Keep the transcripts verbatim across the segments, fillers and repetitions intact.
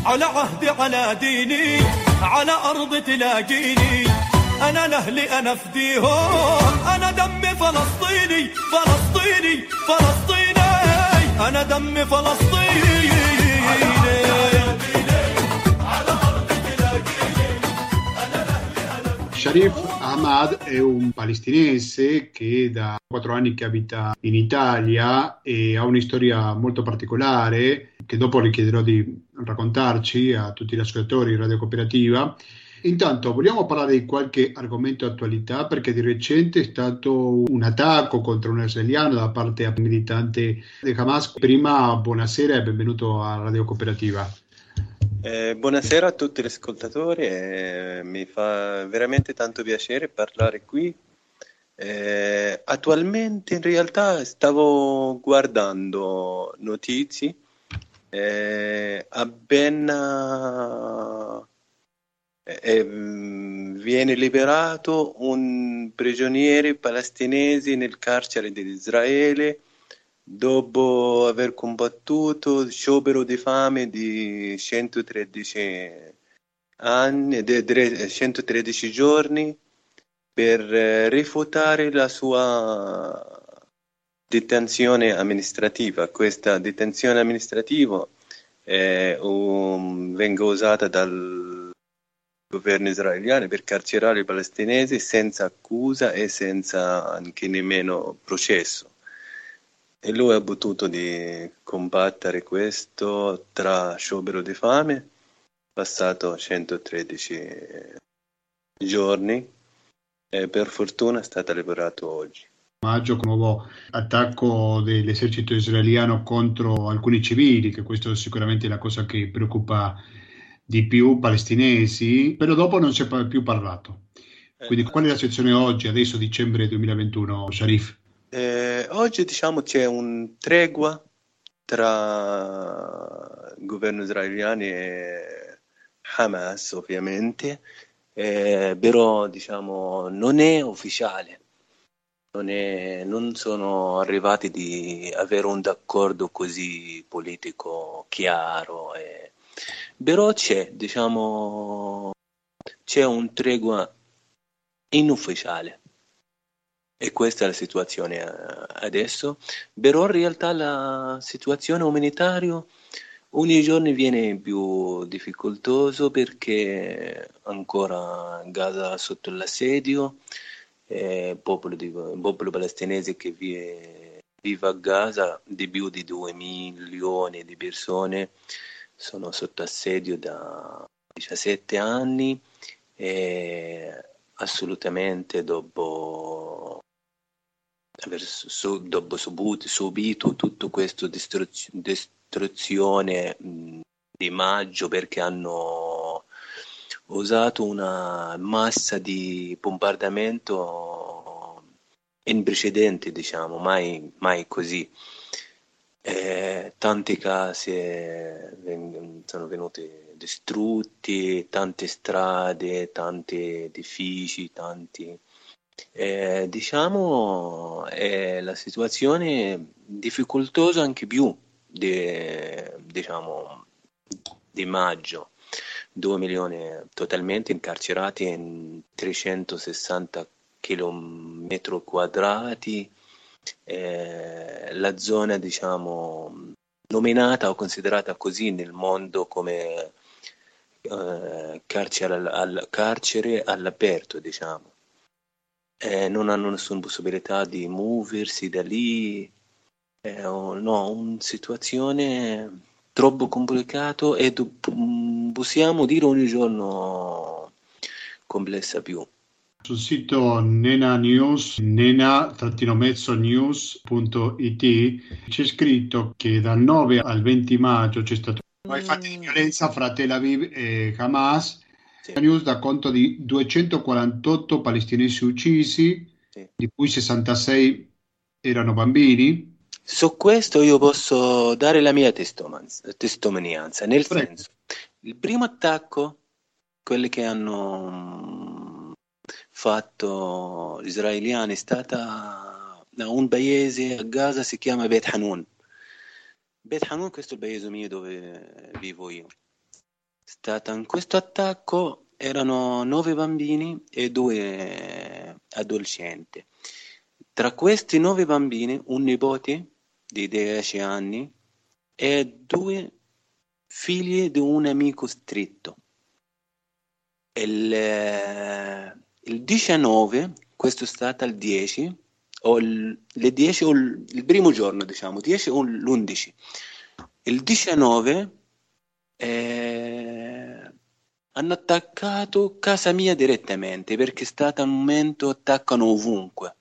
على عهدي على ديني على أرض تلاقيني أنا لأهلي أنا فديهم أنا دمي فلسطيني فلسطيني فلسطيني أنا دمي فلسطيني Sharif Ahmad è un palestinese che da quattro anni che abita in Italia e ha una storia molto particolare che dopo le chiederò di raccontarci a tutti gli ascoltatori di Radio Cooperativa. Intanto vogliamo parlare di qualche argomento attualità perché di recente è stato un attacco contro un israeliano da parte militante di Hamas. Prima buonasera e benvenuto a Radio Cooperativa. Eh, buonasera a tutti gli ascoltatori, eh, mi fa veramente tanto piacere parlare qui. Eh, attualmente in realtà stavo guardando notizie, eh, appena eh, viene liberato un prigioniero palestinese nel carcere di Israele dopo aver combattuto il sciopero di fame di centotredici anni, di centotredici giorni per rifiutare la sua detenzione amministrativa. Questa detenzione amministrativa è un, venga usata dal governo israeliano per carcerare i palestinesi senza accusa e senza anche nemmeno processo. E lui ha potuto di combattere questo tra sciopero di fame, passato centotredici giorni, e per fortuna è stato liberato oggi. Maggio, con un nuovo attacco dell'esercito israeliano contro alcuni civili, che questo è sicuramente la cosa che preoccupa di più palestinesi, però dopo non si è più parlato. Quindi qual è la situazione oggi, adesso dicembre duemilaventuno, Sharif? Eh, oggi diciamo c'è un tregua tra il governo israeliano e Hamas ovviamente, eh, però diciamo non è ufficiale, non, è, non sono arrivati di avere un accordo così politico chiaro, eh. Però c'è diciamo c'è un tregua inufficiale. E questa è la situazione adesso, però in realtà la situazione umanitaria ogni giorno viene più difficoltoso perché ancora Gaza sotto l'assedio, eh, popolo, di, popolo palestinese che vive, vive a Gaza di più di due milioni di persone sono sotto assedio da diciassette anni e assolutamente dopo aver su, dopo subito, subito tutto questo distruz- distruzione mh, di maggio perché hanno usato una massa di bombardamento in precedenti, diciamo, mai, mai così. Eh, tante case veng- sono venute distrutti, tante strade, tanti edifici, tanti eh, diciamo è la situazione difficoltosa anche più di, diciamo di maggio. Due milioni totalmente incarcerati in trecentosessanta chilometri quadrati, eh, la zona diciamo nominata o considerata così nel mondo come eh, carcere, al, al, carcere all'aperto, diciamo. Eh, non hanno nessuna possibilità di muoversi da lì, è un, no, una situazione troppo complicata e do, possiamo dire ogni giorno complessa più. Sul sito Nena News, nena-news punto it, c'è scritto che dal nove al venti maggio c'è stato mm. fatti di violenza fra Tel Aviv e Hamas. Sì. La news dà conto di duecentoquarantotto palestinesi uccisi, sì, di cui sessantasei erano bambini. Su questo io posso dare la mia testimonianza, nel Prego. senso, il primo attacco, quelli che hanno fatto gli israeliani, è stata da un paese a Gaza, si chiama Beit Hanun. Beit Hanun, questo è il paese mio dove vivo io. stata in questo attacco erano nove bambini e due adolescenti. Tra questi nove bambini, un nipote di dieci anni e due figli di un amico stretto. Il, eh, il diciannove, questo è stato il dieci, o il, le dieci, o il, il primo giorno, diciamo, dieci o l'undici. Il diciannove eh, hanno attaccato casa mia direttamente, perché è stato un momento attaccano ovunque,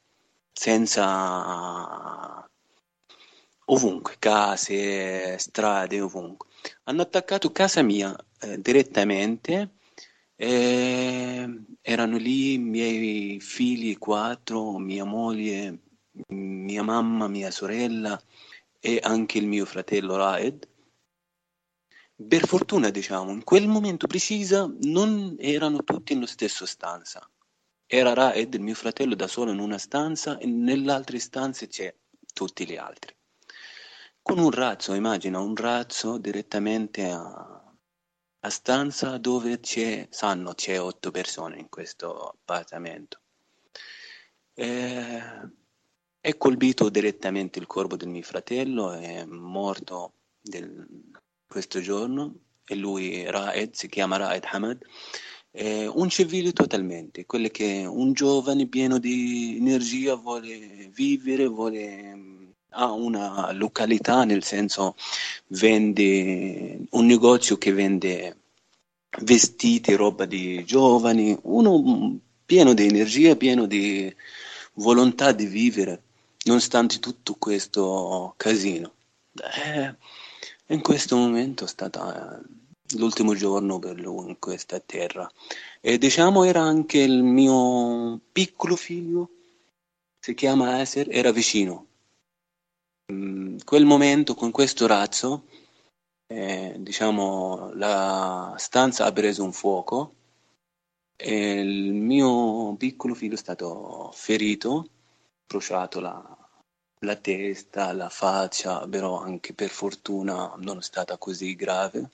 senza ovunque, case, strade, ovunque. Hanno attaccato casa mia eh, direttamente. Eh, erano lì i miei figli quattro, mia moglie, mia mamma, mia sorella e anche il mio fratello Raed. Per fortuna, diciamo, in quel momento preciso non erano tutti nella stessa stanza. Era Raed, il mio fratello, da solo in una stanza e nell'altra stanza c'è tutti gli altri. Con un razzo, immagina, un razzo direttamente a a stanza dove c'è, sanno, c'è otto persone in questo appartamento. Eh, è colpito direttamente il corpo del mio fratello, è morto del, questo giorno, e lui, Raed, si chiama Raed Hamad, è un civile totalmente, quello che un giovane pieno di energia vuole vivere, vuole... ha una località, nel senso vende un negozio che vende vestiti, roba di giovani, uno pieno di energia, pieno di volontà di vivere, nonostante tutto questo casino. Eh, in questo momento è stato l'ultimo giorno per lui in questa terra. E diciamo era anche il mio piccolo figlio, si chiama Aser, era vicino. In quel momento con questo razzo, eh, diciamo, la stanza ha preso un fuoco e il mio piccolo figlio è stato ferito, bruciato la, la testa, la faccia, però anche per fortuna non è stata così grave.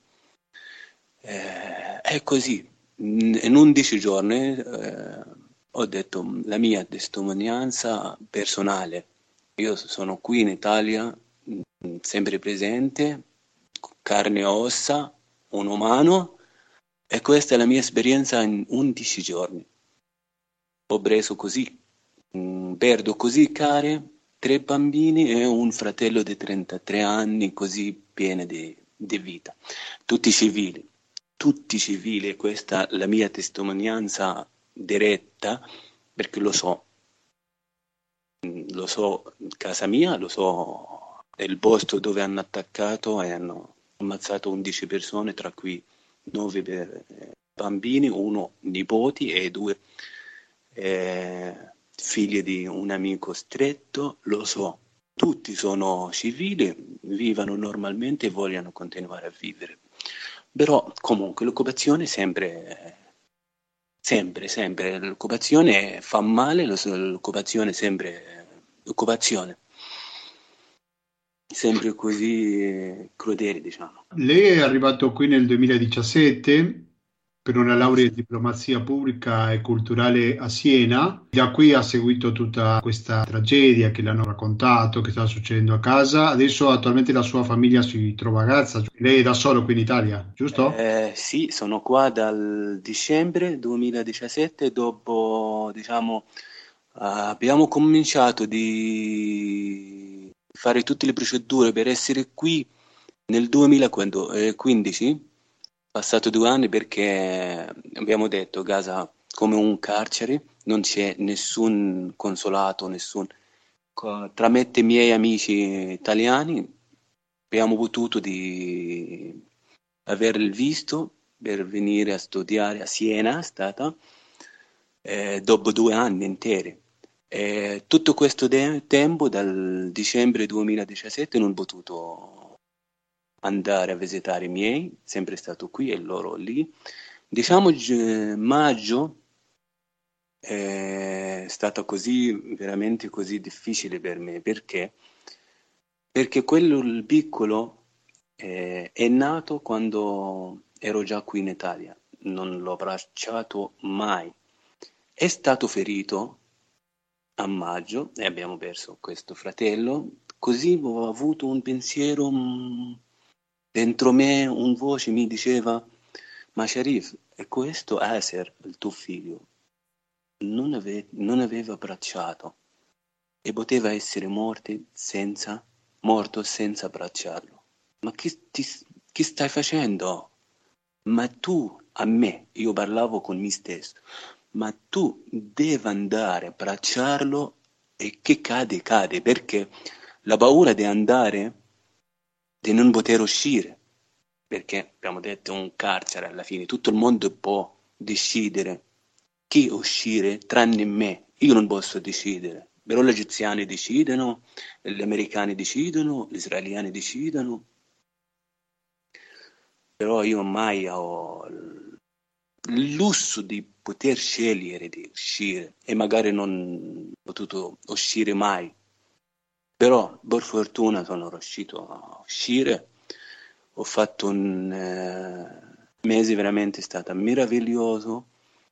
Eh, è così, in undici giorni eh, ho detto la mia testimonianza personale. Io sono qui in Italia, sempre presente, carne e ossa, un umano, e questa è la mia esperienza in undici giorni. Ho preso così, mh, perdo così care, tre bambini e un fratello di trentatré anni, così pieno di, di vita. Tutti civili, tutti civili, questa è la mia testimonianza diretta, perché lo so. Lo so, casa mia, lo so, è il posto dove hanno attaccato e hanno ammazzato undici persone, tra cui nove per, eh, bambini, uno nipoti e due eh, figli di un amico stretto. Lo so, tutti sono civili, vivono normalmente e vogliono continuare a vivere. Però comunque l'occupazione sempre... Sempre, sempre, l'occupazione fa male, l'occupazione sempre, l'occupazione, sempre così crudeli, diciamo. Lei è arrivato qui nel duemiladiciassette per una laurea in diplomazia pubblica e culturale a Siena. Da qui ha seguito tutta questa tragedia che le hanno raccontato, che sta succedendo a casa. Adesso attualmente la sua famiglia si trova a Gaza. Lei è da solo qui in Italia, giusto? Eh, sì, sono qua dal dicembre duemiladiciassette, dopo, diciamo, abbiamo cominciato di fare tutte le procedure per essere qui nel duemilaquindici, passato due anni, perché abbiamo detto Gaza come un carcere, non c'è nessun consolato, nessun... Tramite i miei amici italiani abbiamo potuto di avere il visto per venire a studiare a Siena, è stata, eh, dopo due anni interi. E tutto questo de- tempo, dal dicembre duemiladiciassette, non ho potuto andare a visitare i miei, sempre stato qui e loro lì. Diciamo g- maggio è stato così, veramente così difficile per me, perché? Perché quello il piccolo eh, è nato quando ero già qui in Italia, non l'ho abbracciato mai. È stato ferito a maggio e abbiamo perso questo fratello, così ho avuto un pensiero mh, dentro me, un voce mi diceva: ma Sharif, e questo Aser, il tuo figlio, non, ave- non aveva abbracciato e poteva essere morto senza, morto senza abbracciarlo. Ma che, ti, che stai facendo? Ma tu, a me, io parlavo con me stesso, ma tu devi andare a abbracciarlo e che cade, cade, perché la paura di andare, di non poter uscire, perché abbiamo detto un carcere alla fine, tutto il mondo può decidere chi uscire tranne me, io non posso decidere, però gli egiziani decidono, gli americani decidono, gli israeliani decidono, però io mai ho il lusso di poter scegliere di uscire e magari non ho potuto uscire mai, però per fortuna sono riuscito a uscire. Ho fatto un eh, mese veramente stato meraviglioso,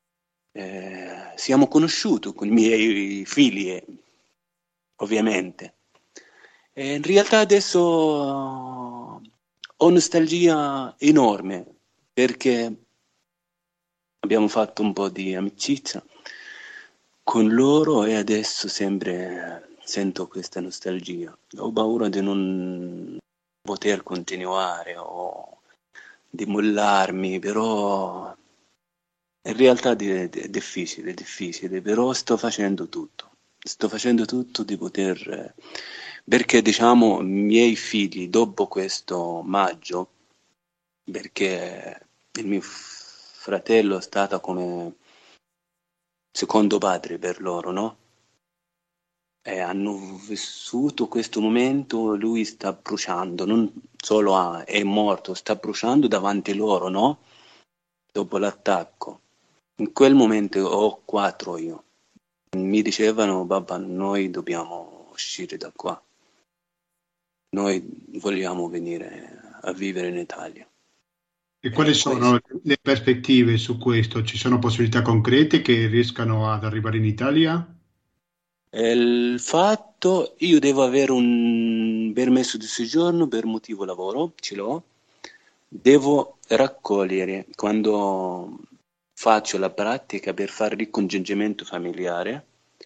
eh, siamo conosciuti con i miei figli eh, ovviamente e in realtà adesso uh, ho nostalgia enorme perché abbiamo fatto un po' di amicizia con loro e adesso sempre sento questa nostalgia. Ho paura di non poter continuare o di mollarmi, però in realtà è è difficile, è difficile, però sto facendo tutto. Sto facendo tutto di poter... Perché diciamo, i miei figli, dopo questo maggio, perché il mio fratello è stato come secondo padre per loro, no? E hanno vissuto questo momento, lui sta bruciando, non solo ha, è morto, sta bruciando davanti loro, no? Dopo l'attacco. In quel momento ho quattro io. Mi dicevano, papà, noi dobbiamo uscire da qua. Noi vogliamo venire a vivere in Italia. E quali E sono questo. le prospettive su questo? Ci sono possibilità concrete che riescano ad arrivare in Italia? E il fatto, io devo avere un permesso di soggiorno per motivo lavoro, ce l'ho. Devo raccogliere quando faccio la pratica per fare il ricongiungimento familiare,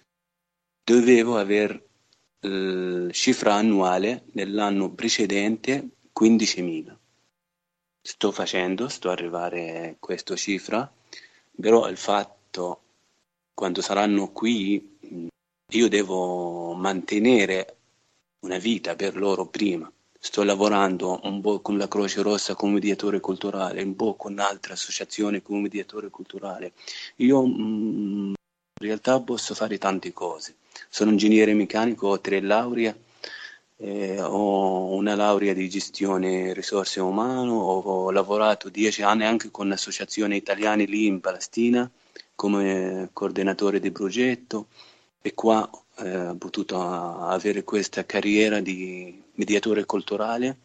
dovevo avere la cifra annuale nell'anno precedente quindicimila. Sto facendo, sto arrivare a questa cifra, però il fatto quando saranno qui io devo mantenere una vita per loro prima. Sto lavorando un po' con la Croce Rossa come mediatore culturale, un po' con altre associazioni come mediatore culturale. Io mh, in realtà posso fare tante cose. Sono ingegnere meccanico, ho tre lauree, eh, ho una laurea di gestione risorse umane, ho, ho lavorato dieci anni anche con associazioni italiane lì in Palestina come coordinatore di progetto e qua eh, ho potuto avere questa carriera di mediatore culturale,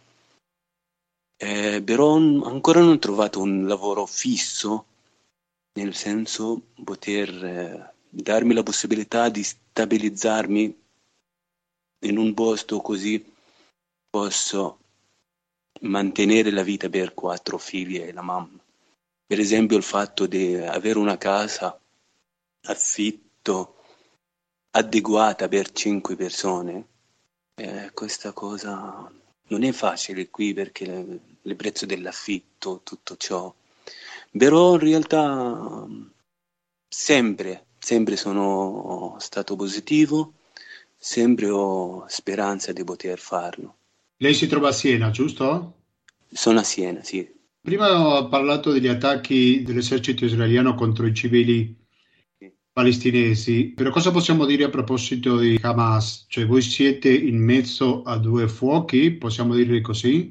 eh, però ancora non ho trovato un lavoro fisso, nel senso poter eh, darmi la possibilità di stabilizzarmi in un posto così posso mantenere la vita per quattro figli e la mamma. Per esempio il fatto di avere una casa, affitto, adeguata per cinque persone, eh, questa cosa non è facile qui perché il, il prezzo dell'affitto, tutto ciò, però in realtà sempre, sempre sono stato positivo, sempre ho speranza di poter farlo. Lei si trova a Siena, giusto? Sono a Siena, sì. Prima ho parlato degli attacchi dell'esercito israeliano contro i civili palestinesi, però cosa possiamo dire a proposito di Hamas? Cioè voi siete in mezzo a due fuochi, possiamo dire così?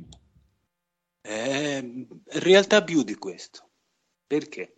Eh, in realtà più di questo. Perché?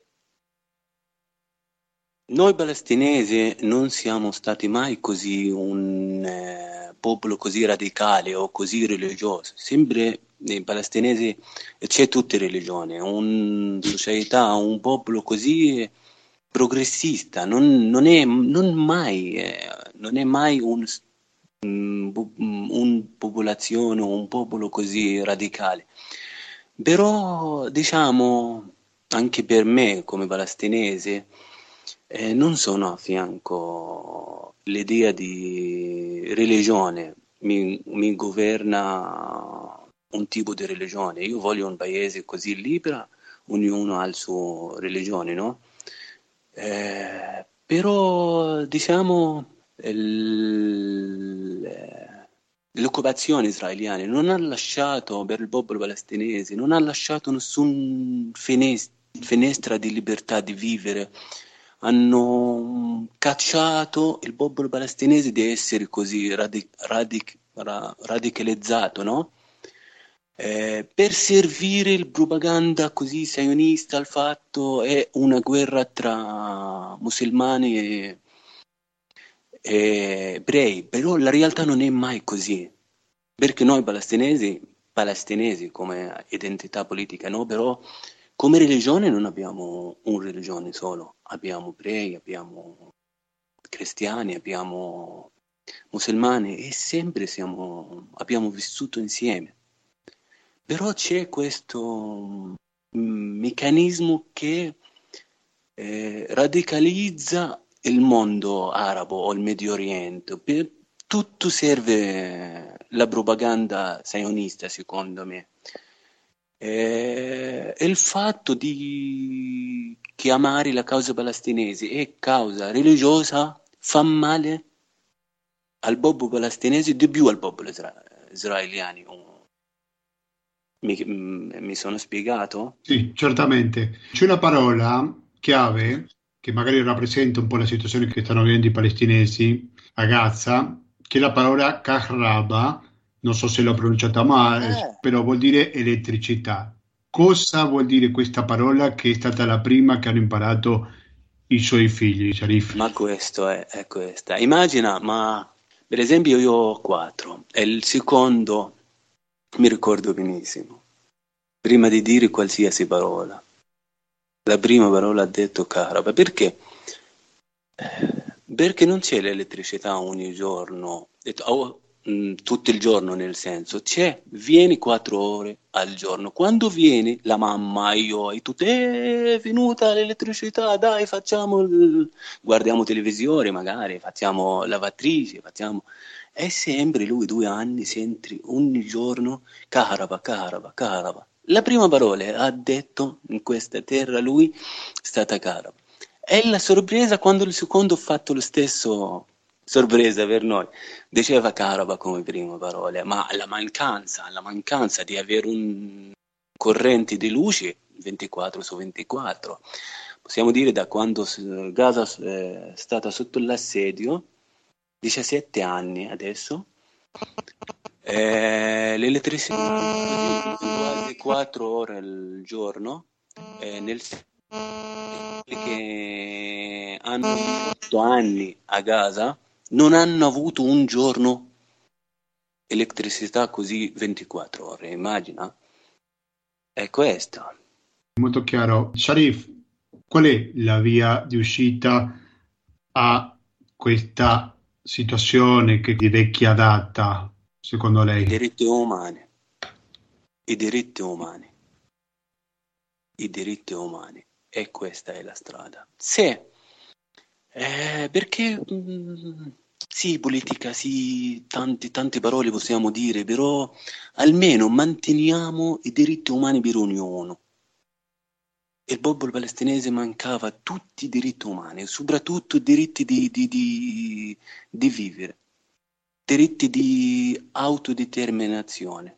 Noi palestinesi non siamo stati mai così un eh, popolo così radicale o così religioso, sempre i palestinesi, c'è tutte le religioni, una società, un popolo così progressista, non, non è non mai, eh, non è mai un, un, un popolazione, un popolo così radicale. Però diciamo anche per me come palestinese eh, non sono a fianco l'idea di religione, mi, mi governa un tipo di religione. Io voglio un paese così libero, ognuno ha la sua religione, no? Eh, però diciamo il, l'occupazione israeliana non ha lasciato per il popolo palestinese, non ha lasciato nessun finestra, finestra di libertà di vivere. Hanno cacciato il popolo palestinese di essere così radic- radic- ra- radicalizzato, no? Eh, per servire il propaganda così sionista al fatto è una guerra tra musulmani e, e ebrei, però la realtà non è mai così, perché noi palestinesi, palestinesi come identità politica, no? Però come religione non abbiamo una religione solo, abbiamo ebrei, abbiamo cristiani, abbiamo musulmani e sempre siamo, abbiamo vissuto insieme. Però c'è questo mm, meccanismo che eh, radicalizza il mondo arabo o il Medio Oriente. Per tutto serve la propaganda sionista, secondo me. Eh, e il fatto di chiamare la causa palestinese e causa religiosa fa male al popolo palestinese di più al popolo isra- israeliano. Mi, mi sono spiegato? Sì, certamente. C'è una parola chiave che magari rappresenta un po' la situazione che stanno vivendo i palestinesi a Gaza, che è la parola kahraba, non so se l'ho pronunciata male, Eh, però vuol dire elettricità. Cosa vuol dire questa parola che è stata la prima che hanno imparato i suoi figli, Sharif? ma questo è, è questa. Immagina, ma per esempio io ho quattro e il secondo mi ricordo benissimo. Prima di dire qualsiasi parola, la prima parola ha detto Caraba. Perché? Perché non c'è l'elettricità ogni giorno, o mh, tutto il giorno nel senso, c'è, vieni quattro ore al giorno. Quando vieni la mamma, io e tutti, eh, è venuta l'elettricità, dai facciamo, il... guardiamo televisione magari, facciamo lavatrici, facciamo... E sempre lui due anni senti ogni giorno Caraba, Caraba, Caraba. La prima parola ha detto in questa terra lui è stata Caraba. E la sorpresa quando il secondo ha fatto lo stesso, sorpresa per noi, diceva Caraba come prima parola, ma la mancanza, la mancanza di avere un corrente di luce ventiquattro su ventiquattro, possiamo dire da quando Gaza è stata sotto l'assedio, diciassette anni adesso, eh, l'elettricità quasi quattro ore al giorno, eh, nel che hanno diciotto anni a Gaza non hanno avuto un giorno elettricità così ventiquattro ore, immagina? È questo. Molto chiaro. Sharif, qual è la via di uscita a questa situazione che di vecchia data, secondo I lei? diritti umani, i diritti umani, i diritti umani. E questa è la strada. Se, eh, perché mh, sì, politica, sì, tante, tante parole possiamo dire, però almeno manteniamo i diritti umani per ognuno. Il popolo palestinese mancava tutti i diritti umani, soprattutto i diritti di, di, di, di vivere, diritti di autodeterminazione.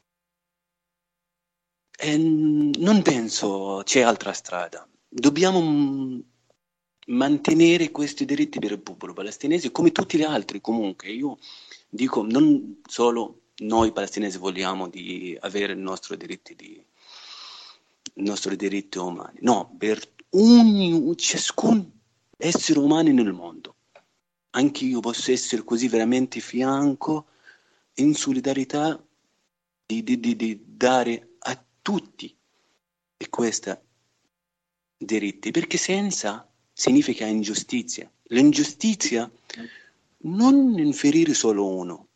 E non penso c'è altra strada. Dobbiamo mh, mantenere questi diritti per il popolo palestinese come tutti gli altri comunque. Io dico, non solo noi palestinesi vogliamo di avere i nostri diritti di i nostri diritti umani, no, per ogni, ciascun essere umano nel mondo. Anche io posso essere così veramente fianco, in solidarietà di, di, di, di dare a tutti e questa diritti, perché senza significa ingiustizia. L'ingiustizia non inferire solo uno,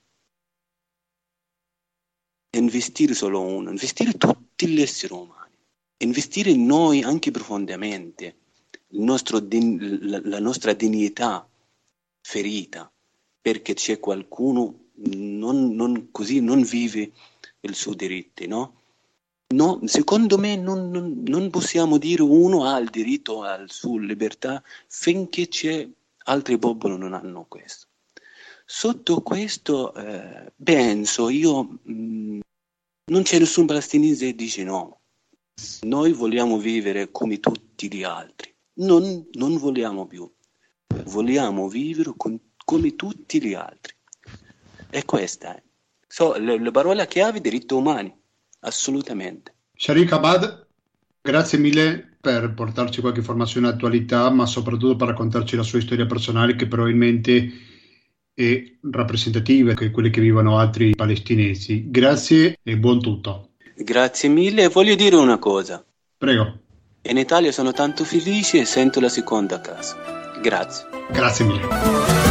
investire solo uno, investire tutti gli esseri umani, investire in noi anche profondamente, il nostro, la, la nostra dignità ferita, perché c'è qualcuno non, non, così non vive il suo diritto, no? No, secondo me non, non, non possiamo dire uno ha il diritto alla sua libertà finché c'è altri popoli non hanno questo. Sotto questo eh, penso io mh, non c'è nessun palestinese che dice no, noi vogliamo vivere come tutti gli altri, non, non vogliamo più, vogliamo vivere con, come tutti gli altri. E questa è. So, le, le parole chiave diritti umani. Assolutamente. Sharik Abad, grazie mille per portarci qualche informazione e attualità, ma soprattutto per raccontarci la sua storia personale, che probabilmente è rappresentativa di quelle che vivono altri palestinesi. Grazie e buon tutto. Grazie mille. Voglio dire una cosa. Prego. In Italia sono tanto felice e sento la seconda casa. Grazie. Grazie mille.